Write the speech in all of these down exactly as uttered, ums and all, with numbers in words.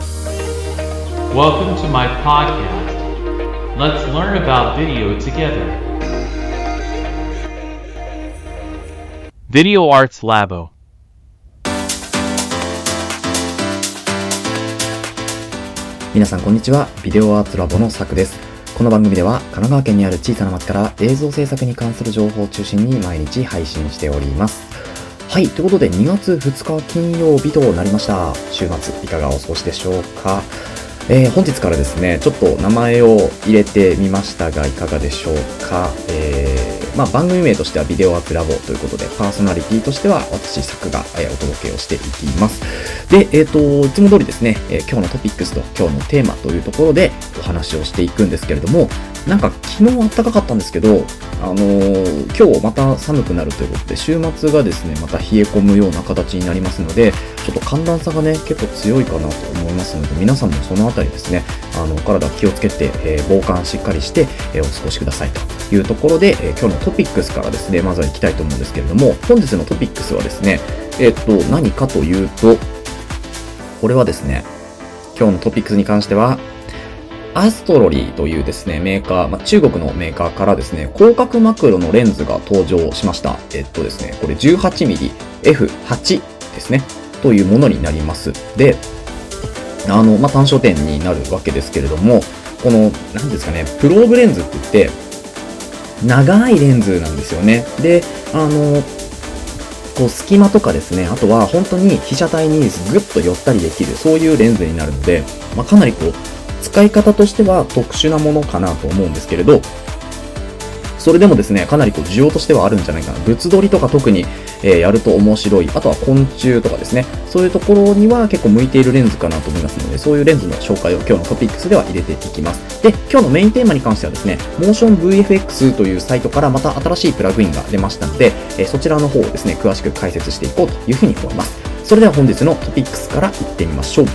Welcome to my podcast. Let's learn about video together. Video Arts Labo. 皆さんこんにちは。ビデオアーツラボのさくです。この番組では神奈川県にある小さな町から映像制作に関する情報を中心に毎日配信しております。はい、ということでにがつふつか金曜日となりました。週末いかがお過ごしでしょうか。えー、本日からですね、ちょっと名前を入れてみましたがいかがでしょうか。えー、まあ番組名としてはビデオアーツラボということで、パーソナリティとしては私さくが、えー、お届けをしていきます。で、えっと、いつも通りですね、えー、今日のトピックスと今日のテーマというところでお話をしていくんですけれども、なんか昨日暖かかったんですけど、あのー、今日また寒くなるということで、週末がですね、また冷え込むような形になりますので、ちょっと寒暖差がね、結構強いかなと思いますので、皆さんもそのあたりですね、あの、体気をつけて、えー、防寒しっかりして、えー、お過ごしくださいというところで、えー、今日のトピックスからですね、まずは行きたいと思うんですけれども、本日のトピックスはですね、えー、っと、何かというと、これはですね、今日のトピックスに関しては、アストロリーというですね、メーカー、まあ、中国のメーカーからですね、広角マクロのレンズが登場しました。えっとですね、これ じゅうはちミリエフはち ですね、というものになります。で、あの、まあ、単焦点になるわけですけれども、この、なんですかね、プローブレンズって言って、長いレンズなんですよね。で、あの、こう隙間とかですね、あとは本当に被写体にグッと寄ったりできる、そういうレンズになるので、まあ、かなりこう、使い方としては特殊なものかなと思うんですけれど、それでもですね、かなりこう需要としてはあるんじゃないかな。物撮りとか特に、えー、やると面白い。あとは昆虫とかですね。そういうところには結構向いているレンズかなと思いますので、そういうレンズの紹介を今日のトピックスでは入れていきます。で、今日のメインテーマに関してはですね、モーション ブイエフエックス というサイトからまた新しいプラグインが出ましたので、えー、そちらの方をですね、詳しく解説していこうというふうに思います。それでは本日のトピックスからいってみましょう。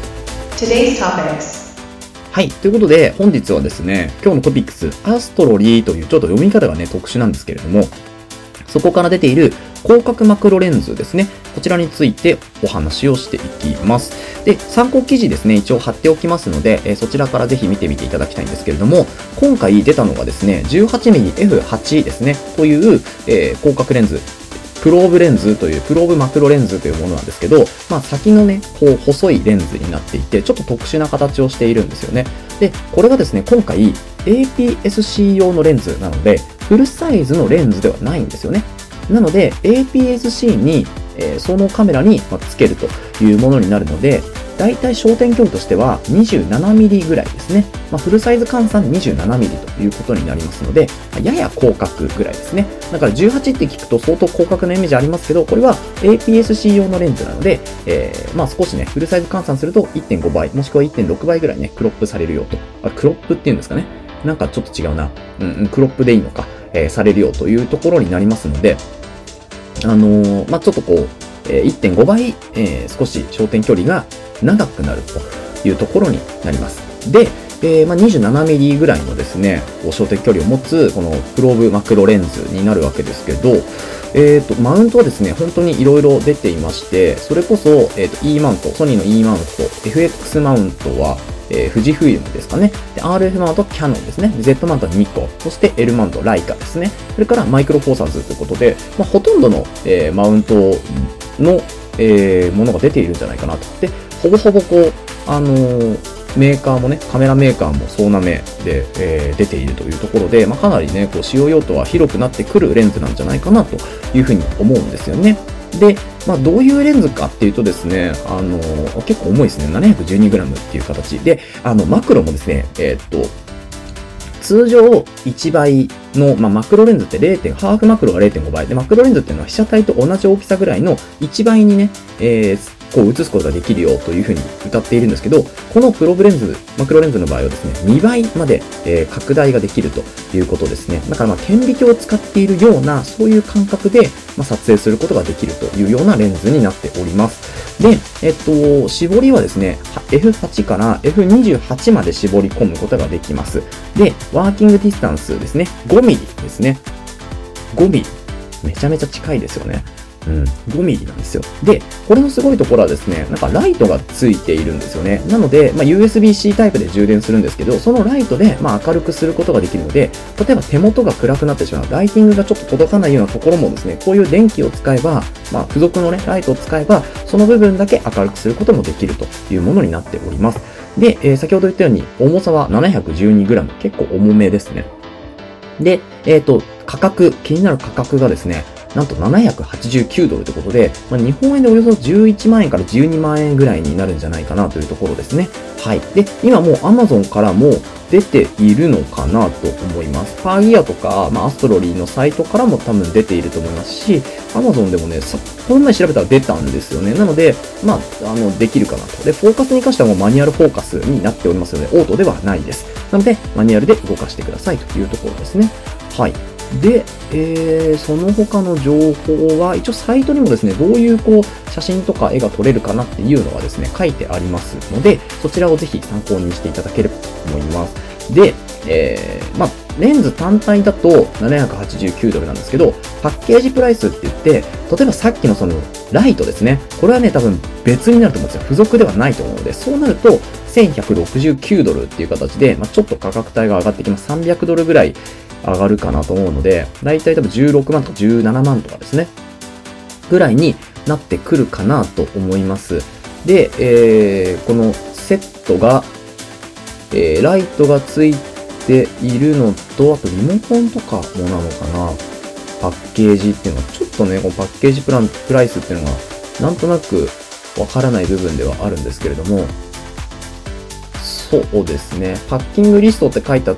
Today's topics。 はい。ということで、本日はですね、今日のトピックス、アストロリーというちょっと読み方がね、特殊なんですけれども、そこから出ている広角マクロレンズですね。こちらについてお話をしていきます。で、参考記事ですね、一応貼っておきますので、えー、そちらからぜひ見てみていただきたいんですけれども、今回出たのがですね、じゅうはちミリエフはち ですね、という、えー、広角レンズ。プローブレンズという、プローブマクロレンズというものなんですけど、まあ先のね、こう細いレンズになっていて、ちょっと特殊な形をしているんですよね。で、これがですね、今回 エーピーエスシー 用のレンズなので、フルサイズのレンズではないんですよね。なので、エーピーエスシー に、えー、そのカメラにつけるというものになるので、だいたい焦点距離としては にじゅうななミリ ぐらいですね。まあ、フルサイズ換算 にじゅうななミリ ということになりますので、やや広角ぐらいですね。だからじゅうはちって聞くと相当広角のイメージありますけど、これは エーピーエスシー 用のレンズなので、えー、まあ少しね、フルサイズ換算すると いってんごばい、もしくは いってんろくばいぐらいね、クロップされるよと。あ、クロップっていうんですかね。なんかちょっと違うな。うん、クロップでいいのか、えー、されるよというところになりますので、あのー、まあちょっとこう、えー、いってんごばい、えー、少し焦点距離が長くなるというところになります。で、えーまあ、にじゅうななミリ ぐらいのですね、焦点距離を持つこのプローブマクロレンズになるわけですけど、えーと、マウントはですね、本当にいろいろ出ていまして、それこそ、えーと、E マウント、ソニーの E マウント、エフエックス マウントは、えー、富士フイルムですかね。で、アールエフ マウント、キャノンですね。Z マウントはニコン。そして L マウント、ライカですね。それからマイクロフォーサーズということで、まあ、ほとんどの、えー、マウントの、えー、ものが出ているんじゃないかなと。で、ほぼほぼこう、あのー、メーカーもね、カメラメーカーも総なめで、えー、出ているというところで、まあ、かなりね、こう使用用途は広くなってくるレンズなんじゃないかなというふうに思うんですよね。で、まあ、どういうレンズかっていうとですね、あのー、結構重いですね。ななひゃくじゅうにグラム っていう形で、あの、マクロもですね、えー、っと、通常いちばいの、まあ、マクロレンズって れいてん、ハーフマクロが れいてんごばいで、マクロレンズっていうのは被写体と同じ大きさぐらいのいちばいにね、えー、こう映すことができるよというふうに歌っているんですけど、このプロブレンズ、マクロレンズの場合はですね、にばいまで、えー、拡大ができるということですね。だからまあ顕微鏡を使っているような、そういう感覚で、まあ、撮影することができるというようなレンズになっております。で、えっと、絞りはですね、エフはち から エフにじゅうはち まで絞り込むことができます。で、ワーキングディスタンスですね、ごミリですね。ごミリ。めちゃめちゃ近いですよね。 うん、ごミリなんですよ。で、これのすごいところはですね、なんかライトがついているんですよね。なので、まあ、ユーエスビー-C タイプで充電するんですけど、そのライトで、まあ、明るくすることができるので、例えば手元が暗くなってしまう、ライティングがちょっと届かないようなところもですね、こういう電気を使えば、まあ、付属のね、ライトを使えば、その部分だけ明るくすることもできるというものになっております。で、えー、先ほど言ったように、重さは ななひゃくじゅうにグラム、結構重めですね。で、えっと、価格、気になる価格がですね、なんとななひゃくはちじゅうきゅうドルということで、まあ、日本円でおよそじゅういちまんえんからじゅうにまんえんぐらいになるんじゃないかなというところですね。はい。で、今もう Amazon からも出ているのかなと思います。パーギアとか、まあ、アストロリーのサイトからも多分出ていると思いますし、Amazon でもね、さこの前調べたら出たんですよね。なので、まあ、あの、できるかなと。で、フォーカスに関してはもうマニュアルフォーカスになっておりますので、オートではないです。なので、マニュアルで動かしてくださいというところですね。はい。で、えー、その他の情報は、一応サイトにもですね、どういうこう、写真とか絵が撮れるかなっていうのがですね、書いてありますので、そちらをぜひ参考にしていただければと思います。で、えー、まあ、レンズ単体だとななひゃくはちじゅうきゅうドルなんですけど、パッケージプライスって言って、例えばさっきのそのライトですね、これはね、多分別になると思うんですよ。付属ではないと思うので、そうなるとせんひゃくろくじゅうきゅうドルっていう形で、まあ、ちょっと価格帯が上がってきます。さんびゃくドルぐらい上がるかなと思うので、だいたい多分じゅうろくまんとかじゅうななまんとかですね、ぐらいになってくるかなと思います。で、えー、このセットが、えー、ライトがついているのと、あとリモコンとかもなのかな、パッケージっていうのは、ちょっとね、このパッケージプラン、プライスっていうのが、なんとなくわからない部分ではあるんですけれども、そうですね、パッキングリストって書いてあって、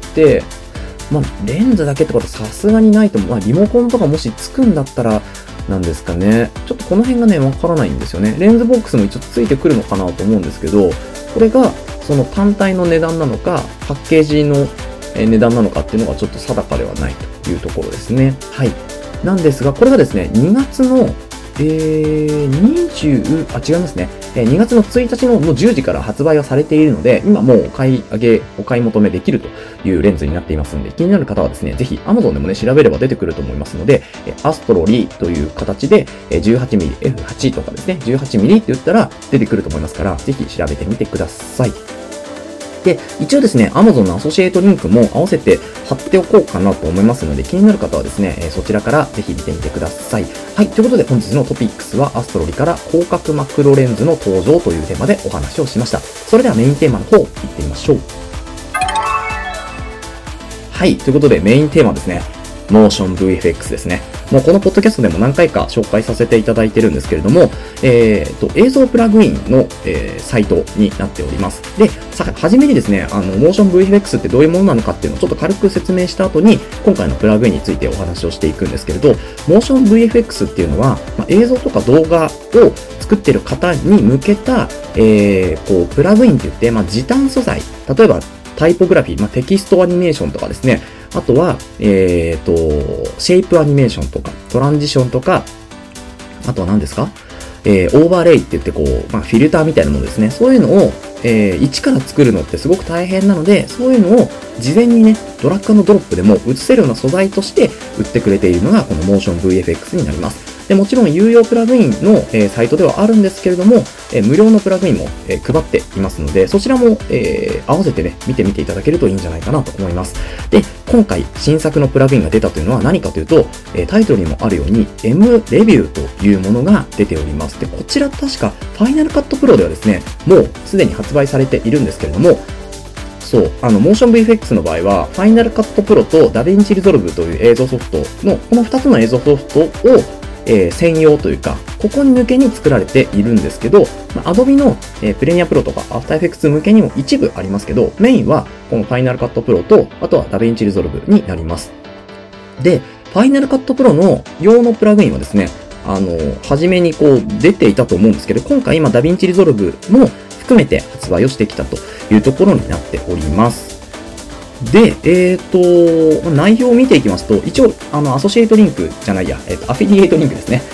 まあ、レンズだけってことはさすがにないと思う。まあ、リモコンとかもしつくんだったら、なんですかね。ちょっとこの辺がね、わからないんですよね。レンズボックスも一応ついてくるのかなと思うんですけど、これがその単体の値段なのか、パッケージの値段なのかっていうのがちょっと定かではないというところですね。はい。なんですが、これがですね、にがつの、えー、にじゅう、あ、違いますね。にがつのついたちのもうじゅうじから発売はされているので、今もうお買い上げ、お買い求めできるというレンズになっていますので、気になる方はですね、ぜひ Amazon でもね、調べれば出てくると思いますので、アストロリーという形で じゅうはちミリ、エフはち とかですね、じゅうはちミリって言ったら出てくると思いますから、ぜひ調べてみてください。で、一応ですね、Amazon のアソシエイトリンクも合わせて貼っておこうかなと思いますので、気になる方はですね、そちらからぜひ見てみてください。はい、ということで本日のトピックスはアストロリから広角マクロレンズの登場というテーマでお話をしました。それではメインテーマの方、行ってみましょう。はい、ということでメインテーマですね。モーション ブイエフエックス ですね。もうこのポッドキャストでも何回か紹介させていただいてるんですけれども、えー、と映像プラグインの、えー、サイトになっております。で、さ、はじめにですね、あの、モーション ブイエフエックス ってどういうものなのかっていうのをちょっと軽く説明した後に、今回のプラグインについてお話をしていくんですけれど、モーション ブイエフエックス っていうのは、まあ、映像とか動画を作ってる方に向けた、えー、こう、プラグインって言って、まあ、時短素材、例えばタイポグラフィー、まあ、テキストアニメーションとかですね、あとは、えっと、シェイプアニメーションとか、トランジションとか、あとは何ですか、えー、オーバーレイって言ってこう、まあ、フィルターみたいなものですね。そういうのを、えー、一から作るのってすごく大変なので、そういうのを事前にね、ドラッグ&ドロップでも映せるような素材として売ってくれているのが、このモーション ブイエフエックス になります。で、もちろん有料プラグインの、えー、サイトではあるんですけれども、えー、無料のプラグインも、えー、配っていますので、そちらも、えー、合わせてね、見てみていただけるといいんじゃないかなと思います。で、今回新作のプラグインが出たというのは何かというと、えー、タイトルにもあるように M レビューというものが出ております。で、こちら確か Final Cut Pro ではですね、もうすでに発売されているんですけれども、そう、あの、モーション ブイエフエックス の場合は、Final Cut Pro と DaVinci Resolve という映像ソフトの、このふたつの映像ソフトをえー、専用というか、ここに向けに作られているんですけど、まあ、Adobe の、えー、Premiere Pro とか After Effects 向けにも一部ありますけど、メインはこの Final Cut Pro と、あとは DaVinci Resolve になります。で、Final Cut Pro の用のプラグインはですね、あの、初めにこう出ていたと思うんですけど、今回今 DaVinci Resolve も含めて発売をしてきたというところになっております。で、えっと、内容を見ていきますと、一応、あの、アソシエイトリンクじゃないや、えっと、アフィリエイトリンクですね。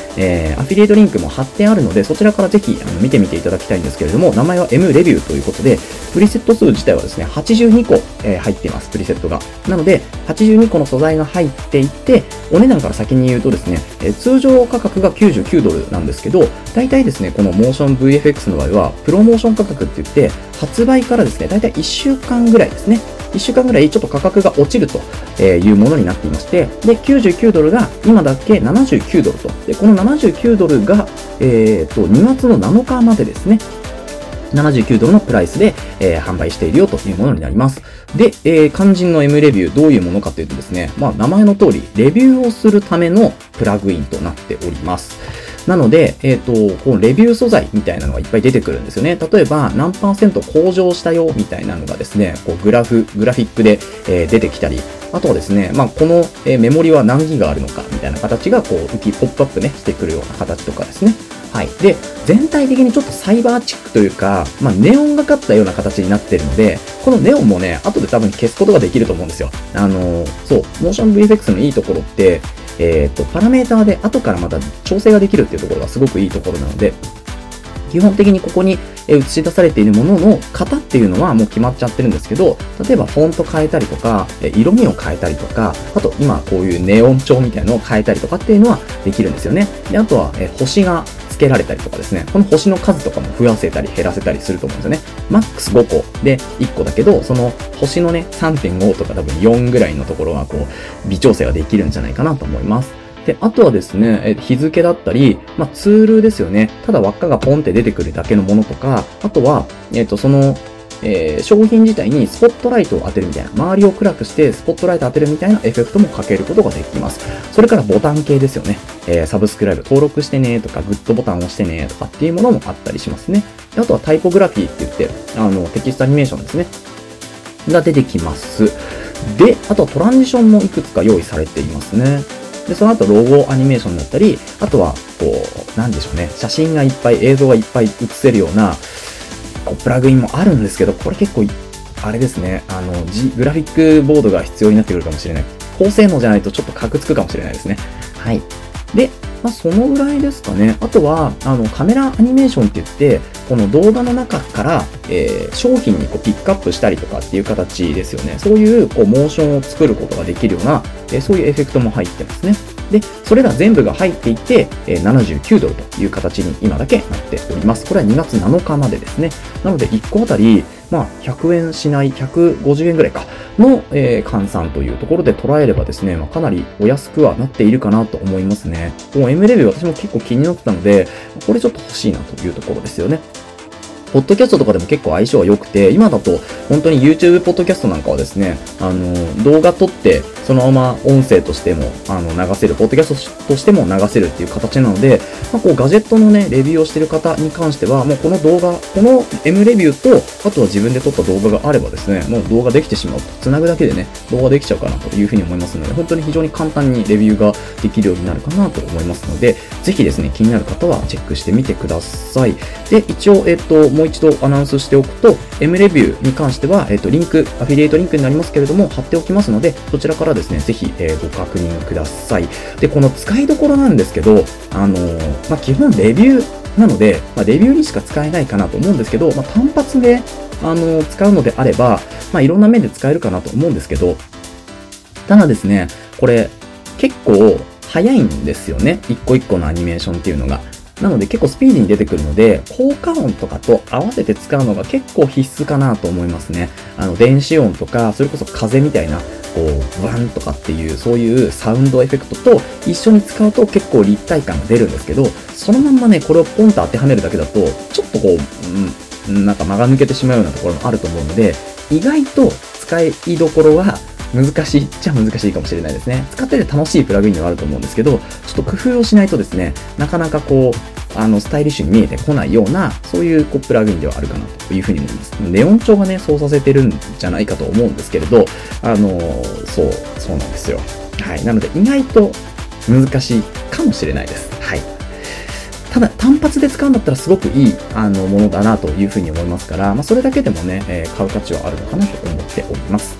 えー、アフィリエイトリンクも貼ってあるので、そちらからぜひあの見てみていただきたいんですけれども、名前は M レビューということで、プリセット数自体はですね、はちじゅうにこ、えー、入っています、プリセットが。なので、はちじゅうにこの素材が入っていて、お値段から先に言うとですね、えー、通常価格がきゅうじゅうきゅうドルなんですけど、大体ですね、このモーション ブイエフエックス の場合は、プロモーション価格って言って、発売からですね、大体いっしゅうかんぐらいですね、いっしゅうかんぐらいちょっと価格が落ちるというものになっていまして、で、きゅうじゅうきゅうドルが今だけななじゅうきゅうドルと。で、このななじゅうきゅうドルが、えーと、にがつのなのかまでですね、ななじゅうきゅうドルのプライスで、えー、販売しているよというものになります。で、えー、肝心の M レビューどういうものかというとですね、まあ名前の通り、レビューをするためのプラグインとなっております。なので、えっと、このレビュー素材みたいなのがいっぱい出てくるんですよね。例えば、何パーセント向上したよみたいなのがですね、こうグラフ、グラフィックで、えー、出てきたり、あとはですね、まあ、この、えー、メモリは何ギガあるのかみたいな形が、こう、浮き、ポップアップね、してくるような形とかですね。はい。で、全体的にちょっとサイバーチックというか、まあ、ネオンがかったような形になっているので、このネオンもね、後で多分消すことができると思うんですよ。あのー、そう、モーション ブイエフエックス のいいところって、えっと、パラメーターで後からまた調整ができるっていうところがすごくいいところなので、基本的にここに映し出されているものの型っていうのはもう決まっちゃってるんですけど、例えばフォント変えたりとか、色味を変えたりとか、あと今こういうネオン調みたいなのを変えたりとかっていうのはできるんですよね。で、あとはえ星が付けられたりとかですね、この星の数とかも増やせたり減らせたりすると思うんですよね。マックスごこでいっこだけど、その星のね さんてんご とか多分よんぐらいのところはこう微調整ができるんじゃないかなと思います。で、あとはですね、日付だったり、まあ、ツールですよね。ただ輪っかがポンって出てくるだけのものとか、あとは、えっと、その、えー、商品自体にスポットライトを当てるみたいな、周りを暗くしてスポットライト当てるみたいなエフェクトもかけることができます。それからボタン系ですよね。えー、サブスクライブ登録してねとか、グッドボタンを押してねとかっていうものもあったりしますね。で、あとはタイポグラフィーって言って、あの、テキストアニメーションですね。が出てきます。で、あとはトランジションもいくつか用意されていますね。で、その後ロゴアニメーションだったり、あとは、こう、なんでしょうね、写真がいっぱい、映像がいっぱい映せるような、こう、プラグインもあるんですけど、これ結構、あれですね、あの、G、グラフィックボードが必要になってくるかもしれない。高性能じゃないとちょっとカクつくかもしれないですね。はい。で、まあ、そのぐらいですかね。あとは、あの、カメラアニメーションって言って、この動画の中から、えー、商品にこうピックアップしたりとかっていう形ですよね。そういう、こう、モーションを作ることができるような、えー、そういうエフェクトも入ってますね。で、それら全部が入っていて、えー、ななじゅうきゅうドルという形に今だけなっております。これはにがつなのかまでですね。なので、いっこあたり、まあ、ひゃくえんしない、ひゃくごじゅうえんぐらいかの、えー、換算というところで捉えればですね、まあ、かなりお安くはなっているかなと思いますね。この M レビュー私も結構気になってたので、これちょっと欲しいなというところですよね。ポッドキャストとかでも結構相性は良くて、今だと本当に YouTube ポッドキャストなんかはですね、あの、動画撮ってそのまま音声としてもあの流せる、ポッドキャストとしても流せるっていう形なので、まあ、こうガジェットのね、レビューをしている方に関しては、もうこの動画、この M レビューと、あとは自分で撮った動画があればですね、もう動画できてしまうと。繋ぐだけでね、動画できちゃうかなというふうに思いますので、本当に非常に簡単にレビューができるようになるかなと思いますので、ぜひですね、気になる方はチェックしてみてください。で、一応、えっと、もう一度アナウンスしておくと、M レビューに関しては、えっと、リンク、アフィリエイトリンクになりますけれども、貼っておきますので、そちらからですね、ぜひ、えー、ご確認ください。で、この使いどころなんですけど、あのー、まあ、基本レビューなので、まあ、レビューにしか使えないかなと思うんですけど、まあ、単発で、あのー、使うのであれば、まあ、いろんな面で使えるかなと思うんですけど、ただですね、これ、結構早いんですよね。一個一個のアニメーションっていうのが。なので結構スピーディーに出てくるので、効果音とかと合わせて使うのが結構必須かなと思いますね。あの、電子音とか、それこそ風みたいな、こう、ワンとかっていう、そういうサウンドエフェクトと一緒に使うと結構立体感が出るんですけど、そのまんまね、これをポンと当てはめるだけだと、ちょっとこう、うん、なんか間が抜けてしまうようなところもあると思うので、意外と使いどころは、難しいっちゃ難しいかもしれないですね。使ってて楽しいプラグインではあると思うんですけど、ちょっと工夫をしないとですね、なかなかこう、あの、スタイリッシュに見えてこないような、そういうこうプラグインではあるかなというふうに思います。ネオン調がね、そうさせてるんじゃないかと思うんですけれど、あの、そう、そうなんですよ。はい。なので、意外と難しいかもしれないです。はい。ただ、単発で使うんだったらすごくいい、あの、ものだなというふうに思いますから、まあ、それだけでもね、えー、買う価値はあるのかなと思っております。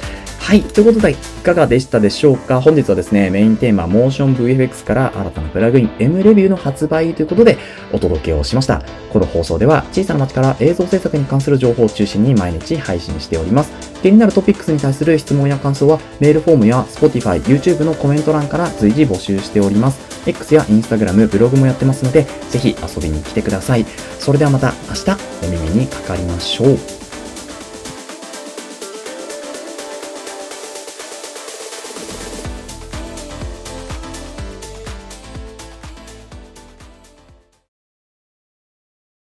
はい。ということで、いかがでしたでしょうか？本日はですね、メインテーマ、モーション ブイエフエックス から新たなプラグイン M レビューの発売ということでお届けをしました。この放送では、小さな町から映像制作に関する情報を中心に毎日配信しております。気になるトピックスに対する質問や感想は、メールフォームや Spotify、YouTube のコメント欄から随時募集しております。X や Instagram、ブログもやってますので、ぜひ遊びに来てください。それではまた明日お耳にかかりましょう。